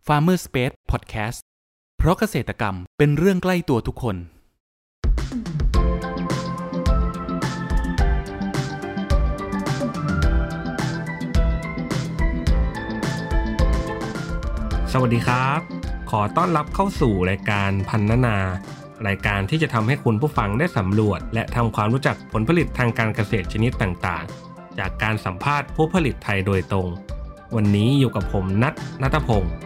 Farmer Space Podcast เพราะเกษตรกรรมเป็นเรื่องใกล้ตัวทุกคนสวัสดีครับขอต้อนรับเข้าสู่รายการพันนานารายการที่จะทำให้คุณผู้ฟังได้สำรวจและทำความรู้จักผลผลิตทางการเกษตรชนิดต่างๆจากการสัมภาษณ์ผู้ผลิตไทยโดยตรงวันนี้อยู่กับผมณัฐพงศ์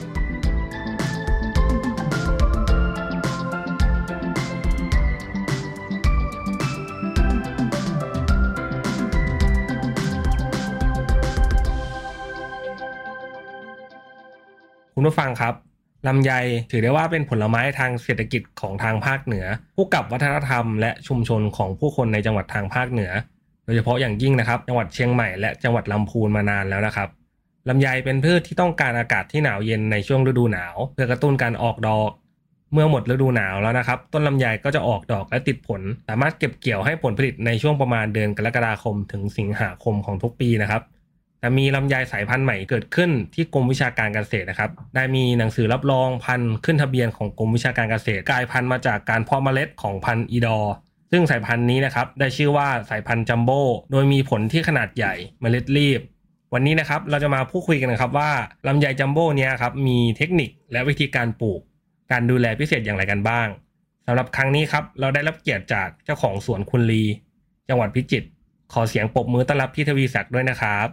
คุณผู้ฟังครับลำไยถือได้ว่าเป็นผลไม้ทางเศรษฐกิจของทางภาคเหนือคู่กับวัฒนธรรมและชุมชนของผู้คนในจังหวัดทางภาคเหนือโดยเฉพาะอย่างยิ่งนะครับจังหวัดเชียงใหม่และจังหวัดลำพูนมานานแล้วนะครับลำไยเป็นพืชที่ต้องการอากาศที่หนาวเย็นในช่วงฤดูหนาวเพื่อกระตุ้นการออกดอกเมื่อหมดฤดูหนาวแล้วนะครับต้นลำไยก็จะออกดอกและติดผลสามารถเก็บเกี่ยวให้ผลผลิตในช่วงประมาณเดือนกรกฎาคมถึงสิงหาคมของทุกปีนะครับแต่มีลำไยสายพันธุ์ใหม่เกิดขึ้นที่กรมวิชาการเกษตรนะครับได้มีหนังสือรับรองพันธุ์ขึ้นทะเบียนของกรมวิชาการเกษตรกลายพันธุ์มาจากการเพาะเมล็ดของพันธุ์อีดอร์ซึ่งสายพันธุ์นี้นะครับได้ชื่อว่าสายพันธุ์จัมโบ้โดยมีผลที่ขนาดใหญ่เมล็ดรีบวันนี้นะครับเราจะมาพูดคุยกันนะครับว่าลำไยจัมโบ้เนี้ยครับมีเทคนิคและวิธีการปลูกการดูแลพิเศษอย่างไรกันบ้างสำหรับครั้งนี้ครับเราได้รับเกียรติจากเจ้าของสวนคุณลีจังหวัดพิจิตรขอเสียงปรบมือต้อนรับพี่ทวีศักดิ์ด้วยนะครับ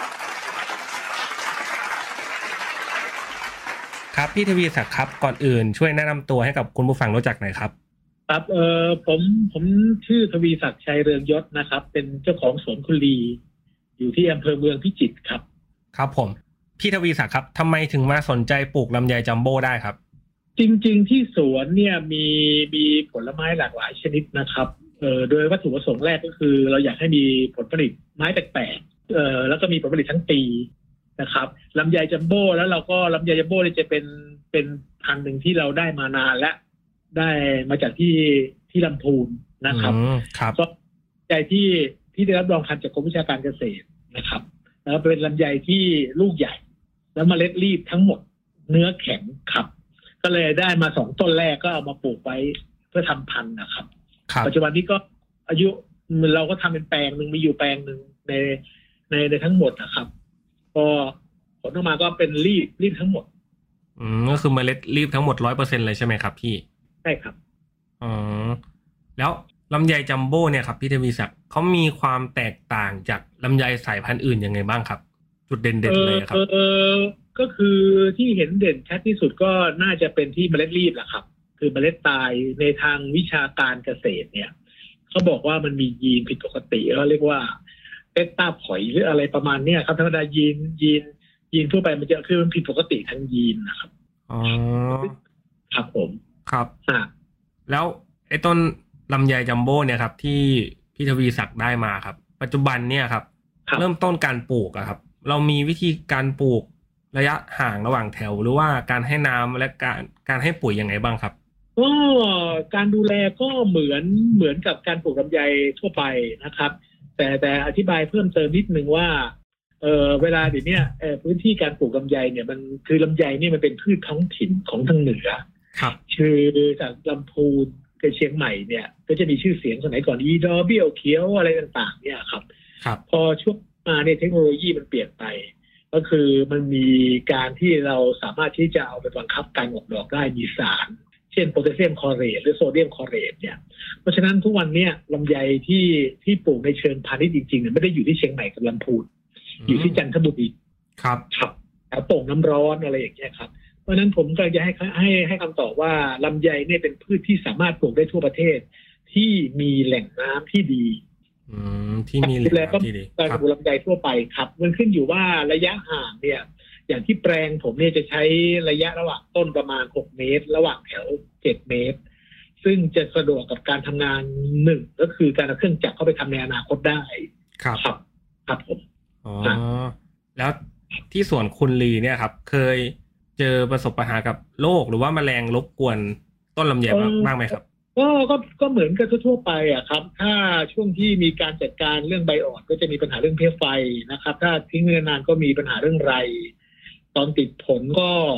ครับพี่ทวีศักดิ์ครับก่อนอื่นช่วยแนะนำตัวให้กับคุณผู้ฟังรู้จักหน่อยครับครับผมชื่อทวีศักดิ์ชัยเรืองยศนะครับเป็นเจ้าของสวนคุณลีอยู่ที่อำเภอเมืองพิจิตรครับครับผมพี่ทวีศักดิ์ครับทำไมถึงมาสนใจปลูกลำไยจัมโบ้ได้ครับจริงๆที่สวนเนี่ยมีผลไม้หลากหลายชนิดนะครับโดยวัตถุประสงค์แรกก็คือเราอยากให้มีผลผลิตไม้แปลกๆแล้วก็มีผลผลิตทั้งปีนะครับลำไยจัมโบ้แล้วเราก็ลำไยจัมโบ้เนี่ยจะเป็นพันธุ์หนึ่งที่เราได้มานานและได้มาจากที่ลำพูนนะครับก็ลำไยที่ได้รับรองพันธุ์จากกรมวิชาการเกษตรนะครับแล้วเป็นลำไยที่ลูกใหญ่แล้วเมล็ดรีบทั้งหมดเนื้อแข็งครับก็เลยได้มา2ต้นแรกก็เอามาปลูกไว้เพื่อทำพันธุ์นะครับปัจจุบันนี้ก็อายุเราก็ทำเป็นแปลงหนึ่งมีอยู่แปลงหนึ่งในทั้งหมดนะครับก็ผลออกมาก็เป็นรีบทั้งหมดก็คือเมล็ดรีบทั้งหมด 100% เลยใช่ไหมครับพี่ใช่ครับแล้วลำไยจัมโบ้เนี่ยครับพี่ทวีศักดิ์เขามีความแตกต่างจากลำไยสายพันธุ์อื่นยังไงบ้างครับจุดเด่นๆเลยครับก็คือที่เห็นเด่นชัดที่สุดก็น่าจะเป็นที่เมล็ดรีบแหละครับคือเมล็ดตายในทางวิชาการเกษตรเนี่ยเขาบอกว่ามันมียีนผิดปกติเขาเรียกว่าเบต้าพอยต์หรืออะไรประมาณนี้ครับธรรมดายีนทั่วไปมันจะคือมันผิดปกติทางยีนนะครับครับผมครับแล้วไอ้ต้นลำไยจัมโบ้เนี่ยครับที่พี่ทวีศักดิ์ได้มาครับปัจจุบันเนี่ยครับเริ่มต้นการปลูกครับเรามีวิธีการปลูกระยะห่างระหว่างแถวหรือว่าการให้น้ำและการให้ปุ๋ยยังไงบ้างครับก็การดูแลก็เหมือนกับการปลูกลำไยทั่วไปนะครับแต่อธิบายเพิ่มเติมนิดนึงว่าเวลาเดี๋ยวนี้พื้นที่การปลูกลำไยเนี่ยมันคือลำไยเนี่ยมันเป็นพืชท้องถิ่นของทางเหนือครับคือจากลำพูนกับเชียงใหม่เนี่ยก็จะมีชื่อเสียงสมัยก่อนอีดอเบี้ยวเขียวอะไรต่างๆเนี่ยครับพอช่วงมาเนี่ยเทคโนโลยีมันเปลี่ยนไปก็คือมันมีการที่เราสามารถที่จะเอาไปบังคับการออกดอกได้มีสารเช่นโพแทสเซียมคลอเรตหรือโซเดียมคลอเรตเนี่ยเพราะฉะนั้นทุกวันเนี่ยลำไยที่ปลูกในเชิงพาณิชย์จริงๆเนี่ยไม่ได้อยู่ที่เชียงใหม่กับลำพูนอยู่ที่จันทบุรีครับแถวโป่งน้ำร้อนอะไรอย่างเงี้ยครับเพราะฉะนั้นผมก็จะให้คำตอบว่าลำไยเนี่ยเป็นพืชที่สามารถปลูกได้ทั่วประเทศที่มีแหล่งน้ำที่ดีที่มีแหล่งน้ำที่ดีการปลูกลำไยทั่วไปครับมันขึ้นอยู่ว่าระยะห่างเนี่ยอย่างที่แปลงผมเนี่ยจะใช้ระยะระหว่างต้นประมาณ6เมตรระหว่างแถว7เมตรซึ่งจะสะดวกกับการทำงาน1ก็คือการเอาเครื่องจักรเข้าไปทำในอนาคตได้ครับผมแล้วที่สวนคุณลีเนี่ยครับเคยเจอประสบปัญหากับโรคหรือว่าแมลงรบกวนต้นลำไยบ้างไหมครับก็เหมือนกับทั่วไปอ่ะครับถ้าช่วงที่มีการจัดการเรื่องใบอ่อนก็จะมีปัญหาเรื่องเพลี้ยไฟนะครับถ้าทิ้งนานๆก็มีปัญหาเรื่องไรตอนติดผลก็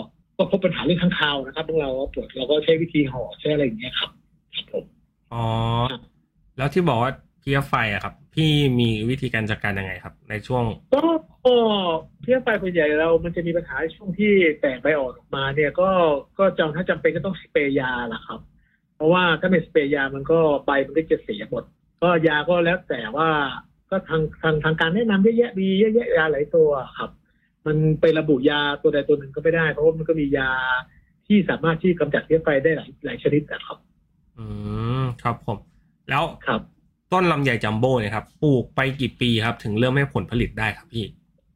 ก็พบปัญหาเรื่องค้างคาวนะครับพวกเราเราก็ใช้วิธีห่อใช้อะไรอย่างเงี้ยครับผมอ๋อแล้วที่บอกว่าเพลี้ยไฟอะครับพี่มีวิธีการจัดการยังไงครับในช่วงก็เพลี้ยไฟส่วนใหญ่เรามันจะมีปัญหาช่วงที่แตกใบอ่อนออกมาเนี่ยก็ถ้าจำเป็นก็ต้องสเปรย์ยาล่ะครับเพราะว่าถ้าไม่สเปรย์ยามันก็ใบมันก็จะเสียหมดก็ยาก็แล้วแต่ว่าก็ทางการแนะนำเยอะแยะมีเยอะแยะยาหลายตัวครับมันไประบุยาตัวใดตัวหนึ่งก็ไม่ได้เพราะว่ามันก็มียาที่สามารถที่กำจัดเพลี้ยไฟได้หลายชนิดนะครับครับผมแล้วครับต้นลำไยจัมโบ้เนี่ยครับปลูกไปกี่ปีครับถึงเริ่มให้ผลผลิตได้ครับพี่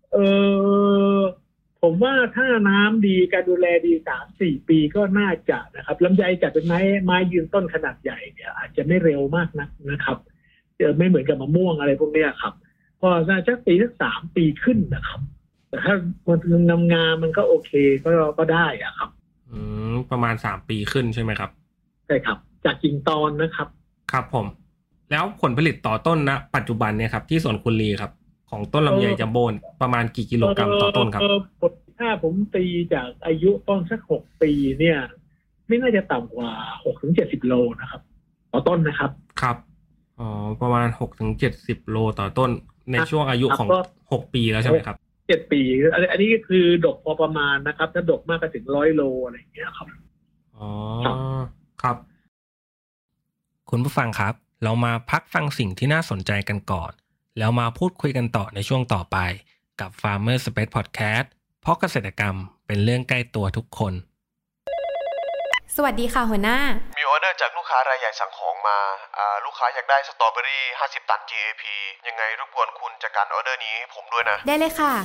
ผมว่าถ้าน้ำดีการดูแลดี 3-4 ปีก็น่าจะนะครับลำไยจัดเป็นไม้ยืนต้นขนาดใหญ่เนี่ยอาจจะไม่เร็วมากนักนะครับไม่เหมือนกับมะม่วงอะไรพวกนี้ครับก็น่าจะปีสัก3 ปีขึ้นนะครับแต่ถ้ามันงามมันก็โอเคก็ได้อะครับประมาณ3 ปีขึ้นใช่ไหมครับใช่ครับจากกิ่งตอนนะครับครับผมแล้วผลผลิตต่อต้นนะปัจจุบันเนี่ยครับที่สวนคุณลีครับของต้นลำไยจัมโบ้ประมาณกี่กิโลกรัมต่อต้นครับถ้าผมตีจากอายุต้นสัก6 ปีเนี่ยไม่น่าจะต่ำกว่า6-70 โลนะครับต่อต้นนะครับครับประมาณ6-70 โลต่อต้นในช่วงอายุของ6 ปีแล้วใช่ไหมครับ 7 ปีอันนี้ก็คือดกพอประมาณนะครับถ้าดกมากก็ถึง100 โลอะไรอย่างเงี้ยครับครับคุณผู้ฟังครับเรามาพักฟังสิ่งที่น่าสนใจกันก่อนแล้วมาพูดคุยกันต่อในช่วงต่อไปกับ Farmer Space Podcast เพราะเกษตรกรรมเป็นเรื่องใกล้ตัวทุกคนสวัสดีค่ะหัวหน้ามีออเดอร์จากลูกค้ารายใหญ่สั่งของมาลูกค้าอยากได้สตรอเบอรี่50 ตัน GAP ยังไงรบกวนคุณจัดการออเดอร์นี้ให้ผมด้วยนะได้เลยค่ะ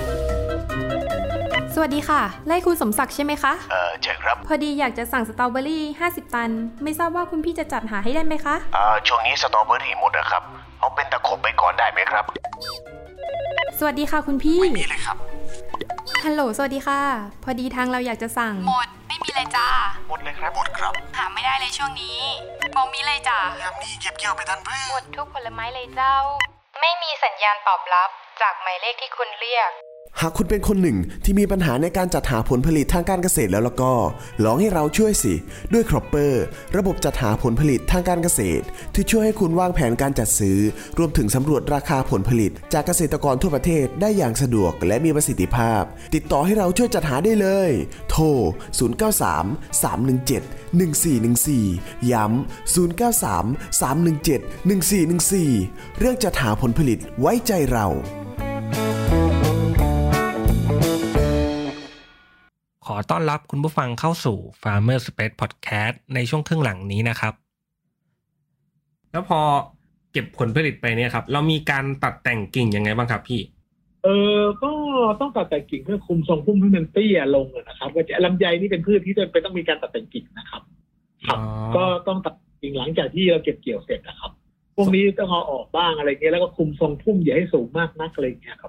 สวัสดีค่ะไล่คุณสมศักดิ์ใช่ไหมคะใช่ครับพอดีอยากจะสั่งสตรอเบอรี่50 ตันไม่ทราบว่าคุณพี่จะจัดหาให้ได้ไหมคะช่วงนี้สตรอเบอรี่หมดนะครับเอาเป็นตะขบไปก่อนได้ไหมครับสวัสดีค่ะคุณพี่ไม่มีเลยครับฮัลโหลสวัสดีค่ะพอดีทางเราอยากจะสั่งหมดไม่มีเลยจ้าหมดเลยครับหมดครับหาไม่ได้เลยช่วงนี้บอกมีเลยจ้ายามนี้เก็บเกี่ยวไปทันเพื่อหมดทุกผลไม้เลยเจ้าไม่มีสัญญาณตอบรับจากหมายเลขที่คุณเรียกหากคุณเป็นคนหนึ่งที่มีปัญหาในการจัดหาผลผลิตทางการเกษตรแล้วก็ลองให้เราช่วยสิด้วย Cropper ระบบจัดหาผลผลิตทางการเกษตรที่ช่วยให้คุณวางแผนการจัดซื้อรวมถึงสำรวจราคาผลผลิตจากเกษตรกรทั่วประเทศได้อย่างสะดวกและมีประสิทธิภาพติดต่อให้เราช่วยจัดหาได้เลยโทร0933171414ย้ำ0933171414เรื่องจัดหาผลผลิตไว้ใจเราขอต้อนรับคุณผู้ฟังเข้าสู่ Farmer Space Podcast ในช่วงครึ่งหลังนี้นะครับแล้วพอเก็บผลผลิตไปเนี่ยครับเรามีการตัดแต่งกิ่งยังไงบ้างครับพี่ก็ต้องตัดแต่งกิ่งเพื่อคุมทรงพุ่มให้มันเตี้ยลงนะครับก็ลำไยนี่เป็นพืชที่จำเป็นต้องมีการตัดแต่งกิ่งนะครับก็ต้องตัดกิ่งหลังจากที่เราเก็บเกี่ยวเสร็จนะครับพวกนี้ต้องเอาออกบ้างอะไรเงี้ยแล้วก็คุมทรงพุ่มอย่าให้สูงมากนักอะไรเงี้ยครับ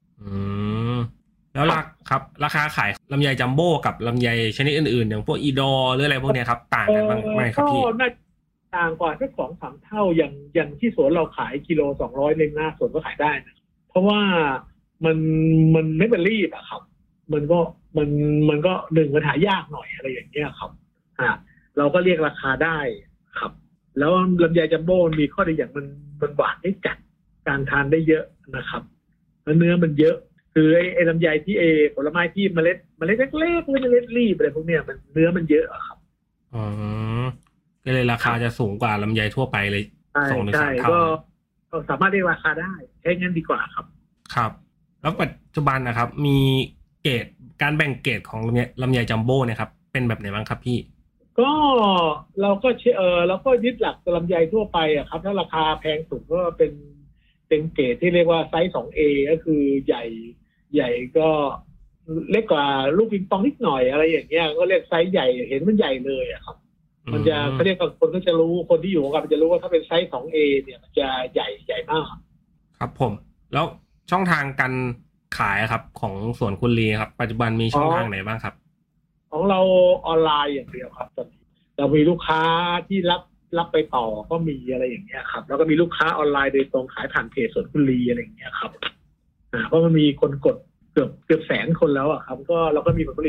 แล้วราคาขายลำไยจัมโบ้กับลำไยชนิดอื่นๆอย่างพวกอีดอหรืออะไรพวกนี้ครับต่างกันบ้างไหมครับพี่ก็น่าต่างกว่าสัก 2-3 เท่าอย่างที่สวนเราขายกิโล200เลยหน้าสวนก็ขายได้นะเพราะว่ามันไม่เป็นรีบอะครับมันก็หนึ่งมันหายากหน่อยอะไรอย่างเงี้ยครับเราก็เรียกราคาได้ครับแล้วลำไยจัมโบ้มีข้อดีอย่างมันหวานได้จัดการทานได้เยอะนะครับแล้วเนื้อมันเยอะคือไอ้ลำไยที่ผลไม้ที่เมล็ดเล็กๆเมล็ดรีบอะไรพวกเนี้ยมันเนื้อมันเยอะครับก็เลยราคาจะสูงกว่าลำไยทั่วไปเลย2-3 เท่าก็สามารถเรียกราคาได้ใช้งั้นดีกว่าครับครับแล้วปัจจุบันนะครับมีเกรดการแบ่งเกรดของลำไยจัมโบ้เนี่ยครับเป็นแบบไหนบ้างครับพี่ก็เราก็ยึดหลักลำไยทั่วไปอะครับถ้าราคาแพงสุดก็เป็นเกรดที่เรียกว่าไซส์ 2A ก็คือใหญ่ก็เล็กกว่าลูกปิงปองนิดหน่อยอะไรอย่างเงี้ยก็เรียกไซส์ใหญ่เห็นมันใหญ่เลยอะครับมันจะเขาเรียกว่าคนก็จะรู้คนที่อยู่กับมันจะรู้ว่าถ้าเป็นไซส์ 2A เนี่ยมันจะใหญ่มากครับผมแล้วช่องทางการขายครับของสวนคุณลีครับปัจจุบันมีช่องทางไหนบ้างครับของเราออนไลน์อย่างเดียวครับตอนนี้เรามีลูกค้าที่รับไปต่อก็มีอะไรอย่างเงี้ยครับแล้วก็มีลูกค้าออนไลน์โดยตรงขายผ่านเพจสวนคุณลีอะไรอย่างเงี้ยครับเพราะมันมีคนกดเกือบ100,000 คนแล้วอะครับก็เราก็มีผลผลิต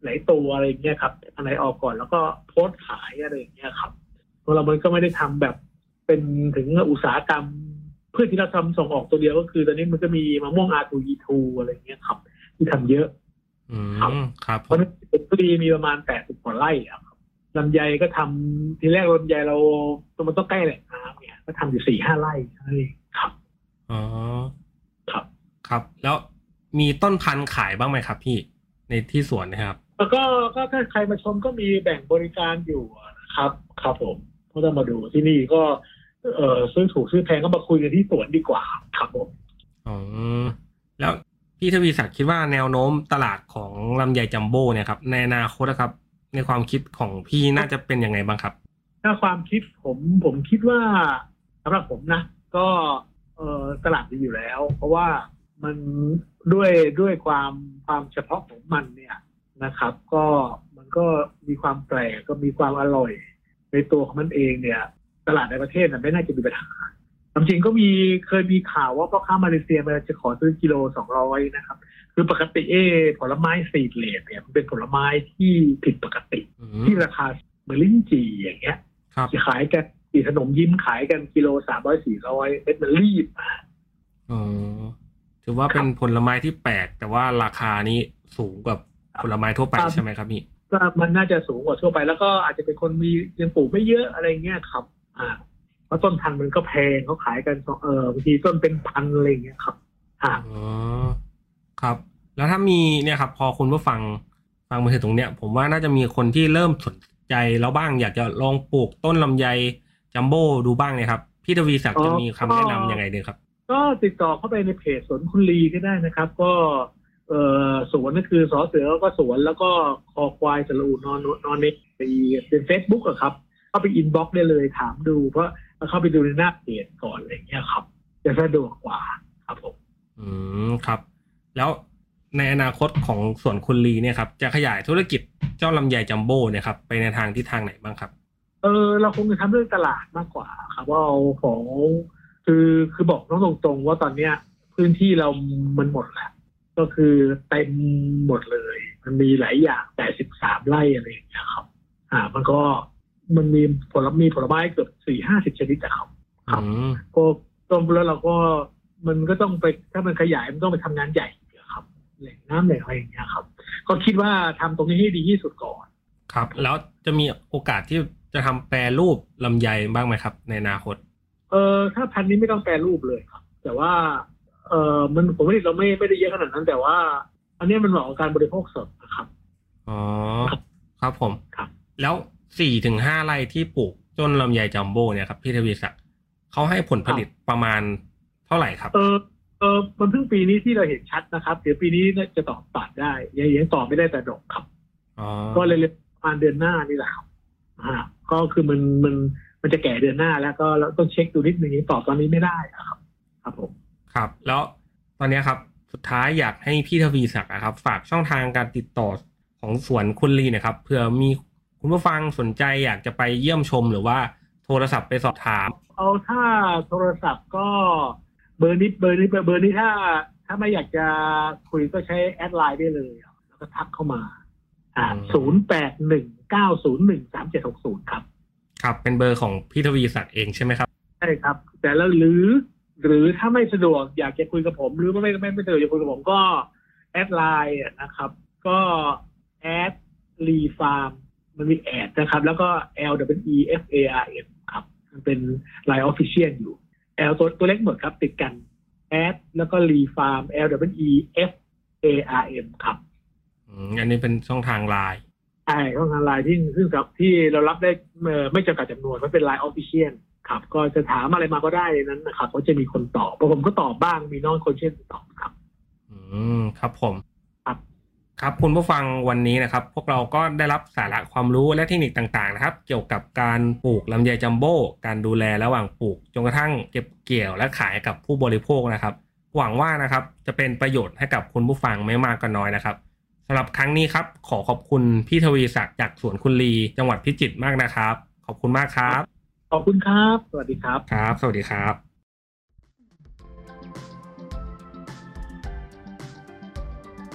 หลายตัวอะไรอย่างเงี้ยครับอันไหนออกก่อนแล้วก็โพสต์ขายอะไรอย่างเงี้ยครับของเรามันก็ไม่ได้ทำแบบเป็นถึงอุตสาหกรรมเพื่อที่เราทำส่งออกตัวเดียวก็คือตอนนี้มันก็มีมะม่วง R2E2 อะไรอย่างเงี้ยครับที่ทำเยอะครับเพราะนั้นก็ดีมีประมาณ80 กว่าไร่ครับลำไยก็ทำทีแรกลำไยเราตัวมันต้องใกล้แหล่งน้ำเนี่ยก็ทำอยู่ 4-5 ไร่ครับอ๋อครับแล้วมีต้นพันธุ์ขายบ้างไหมครับพี่ในที่สวนนะครับแล้วก็ถ้าใครมาชมก็มีแบ่งบริการอยู่ครับผมก็ต้องมาดูที่นี่ก็ซื้อถูกซื้อแพงก็มาคุยกันที่สวนดีกว่าครับผมแล้วพี่ทวีศักดิ์คิดว่าแนวโน้มตลาดของลำไยจัมโบ้เนี่ยครับในอนาคตนะครับในความคิดของพี่น่าจะเป็นยังไงบ้างครับถ้าความคิดผมคิดว่าสำหรับผมนะก็ตลาดดีอยู่แล้วเพราะว่ามันด้วยความเฉพาะของมันเนี่ยนะครับก็มันก็มีความแปลกก็มีความอร่อยในตัวของมันเองเนี่ยตลาดในประเทศน่ะไม่น่าจะมีปัญหาจริงก็เคยมีข่าวว่าพ่อค้ามาเลเซียมาจะขอซื้อกิโล200นะครับคือปกติผลไม้ซีดเลดเนี่ยมันเป็นผลไม้ที่ผิดปกติที่ราคาเหมือนลิ้นจี่อย่างเงี้ยที่ขายกันขนมยิ้มขายกันกิโล300-400เม็ดมันรีบถือว่าเป็นผลไม้ที่แปลกแต่ว่าราคานี้สูงกว่าผลไม้ทั่วไปใช่ไหมครับพี่ก็มันน่าจะสูงกว่าทั่วไปแล้วก็อาจจะเป็นคนมียังปลูกไม่เยอะอะไรเงี้ยครับเพราะต้นพันธุ์มันก็แพงเขาขายกันบางทีต้นเป็นพันอะไรเงี้ยครับครับแล้วถ้ามีเนี่ยครับพอคุณผู้ฟังมาถึงตรงเนี้ยผมว่าน่าจะมีคนที่เริ่มสนใจแล้วบ้างอยากจะลองปลูกต้นลำไยจัมโบ้ดูบ้างเนี่ยครับพี่ทวีศักดิ์จะมีคำแนะนำยังไงดีครับก็ติดต่อเข้าไปในเพจสวนคุณลีก็ได้นะครับก็สวนนั่นคือสอเสือก็สวนแล้วก็คอควายสระอูนอนเน็กเป็น Facebook อะครับเข้าไปอินบ็อกซ์ได้เลยถามดูเพราะเข้าไปดูในหน้าเพจก่อนอะไรอย่างเงี้ยครับจะสะดวกกว่าครับผมครับแล้วในอนาคตของสวนคุณลีเนี่ยครับจะขยายธุรกิจเจ้าลำไยจัมโบ้เนี่ยครับไปในทางที่ทางไหนบ้างครับเราคงจะทำเรื่องตลาดมากกว่าครับว่าเอาของคือบอกน้องตรงๆว่าตอนเนี้ยพื้นที่เรามันหมดแล้วก็คือเต็มหมดเลยมันมีหลายอย่าง83 ไร่อะไรอย่างเงี้ยครับมันมีผลไม้เกือบ40-50 ชนิดครับก็ต้องแล้วเราก็มันก็ต้องไปถ้ามันขยายมันต้องไปทำงานใหญ่ครับแหล่งน้ำแหล่งอะไรอย่างเงี้ยครับก็คิดว่าทำตรงนี้ให้ดีที่สุดก่อนครับแล้วจะมีโอกาสที่จะทำแปรรูปลำไยบ้างไหมครับในอนาคตถ้าพันธุ์นี้ไม่ต้องแปรรูปเลยครับแต่ว่ามันผมว่าเราไม่ได้เยอะขนาดนั้นแต่ว่าอันนี้มันเหมาะกับการบริโภคสดนะครับครับผมครับแล้ว 4-5 ไร่ที่ปลูกต้นลำไยจัมโบ้เนี่ยครับพี่ทวีศักดิ์เขาให้ผลผลิตประมาณเท่าไหร่ครับมันเพิ่งปีนี้ที่เราเห็นชัดนะครับเดี๋ยวปีนี้จะต่อตัดได้ยังต่อไม่ได้แต่ดอกครับก็เลยประมาณเดือนหน้านี่แหละครับก็คือมันจะแก่เดือนหน้าแล้วก็เราต้องเช็คดูนิดนึงตอบตอนนี้ไม่ได้ครับผมครับแล้วตอนนี้ครับสุดท้ายอยากให้พี่ทวีศักดิ์ครับฝากช่องทางการติดต่อของสวนคุณลีนะครับเผื่อมีคุณผู้ฟังสนใจอยากจะไปเยี่ยมชมหรือว่าโทรศัพท์ไปสอบถามถ้าโทรศัพท์ก็เบอร์นี้ถ้าไม่อยากจะคุยก็ใช้แอดไลน์ได้เลยแล้วก็ทักเข้ามา0819013760 ครับเป็นเบอร์ของพี่ทวีศักดิ์เองใช่ไหมครับใช่ครับแต่แล้วหรือถ้าไม่สะดวกอยากจะคุยกับผมหรือไม่สะดวกจะคุยกับผมก็แอดไลน์นะครับก็แอดลีฟาร์มมันมีแอดนะครับแล้วก็ LWEFARM ครับมันเป็นไลน์ออฟฟิเชียลอยู่ L ตัวเล็กหมดครับติดกันแอดแล้วก็ลีฟาร์ม LWEFARM ครับอันนี้เป็นช่องทางไลน์ใช่ช่องทางไลน์ที่เรารับได้ไม่จำกัดจำนวนมันเป็นไลน์ออฟฟิเชียลครับก็จะถามอะไรมาก็ได้นั้นนะครับก็จะมีคนตอบผมก็ตอบบ้างมีน้องคนเช่นตอบครับครับผมครับคุณผู้ฟังวันนี้นะครับพวกเราก็ได้รับสาระความรู้และเทคนิคต่างๆนะครับเกี่ยวกับการปลูกลำไยจัมโบ้การดูแลระหว่างปลูกจนกระทั่งเก็บเกี่ยวและขายกับผู้บริโภคนะครับหวังว่านะครับจะเป็นประโยชน์ให้กับคุณผู้ฟังไม่มากก็น้อยนะครับสำหรับครั้งนี้ครับขอบคุณพี่ทวีศักดิ์จากสวนคุณลีจังหวัดพิจิตรมากนะครับขอบคุณมากครับขอบคุณครับสวัสดีครับครับ สวัสดีครับ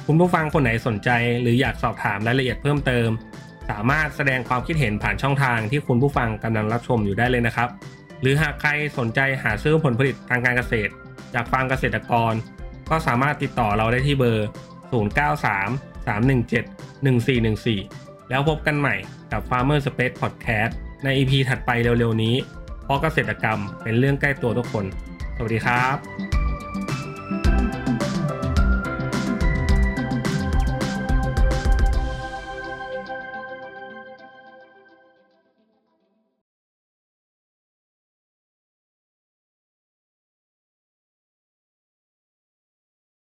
คุณผู้ฟังคนไหนสนใจหรืออยากสอบถามรายละเอียดเพิ่มเติมสามารถแสดงความคิดเห็นผ่านช่องทางที่คุณผู้ฟังกำลังรับชมอยู่ได้เลยนะครับหรือหากใครสนใจหาซื้อผลผลิตทางการเกษตรจากฟาร์มเกษตรกรก็สามารถติดต่อเราได้ที่เบอร์0933171414แล้วพบกันใหม่กับ Farmer Space Podcast ใน EP ถัดไปเร็วๆนี้เพราะเกษตรกรรมเป็นเรื่องใกล้ตัวทุกคนสวัสดีครับ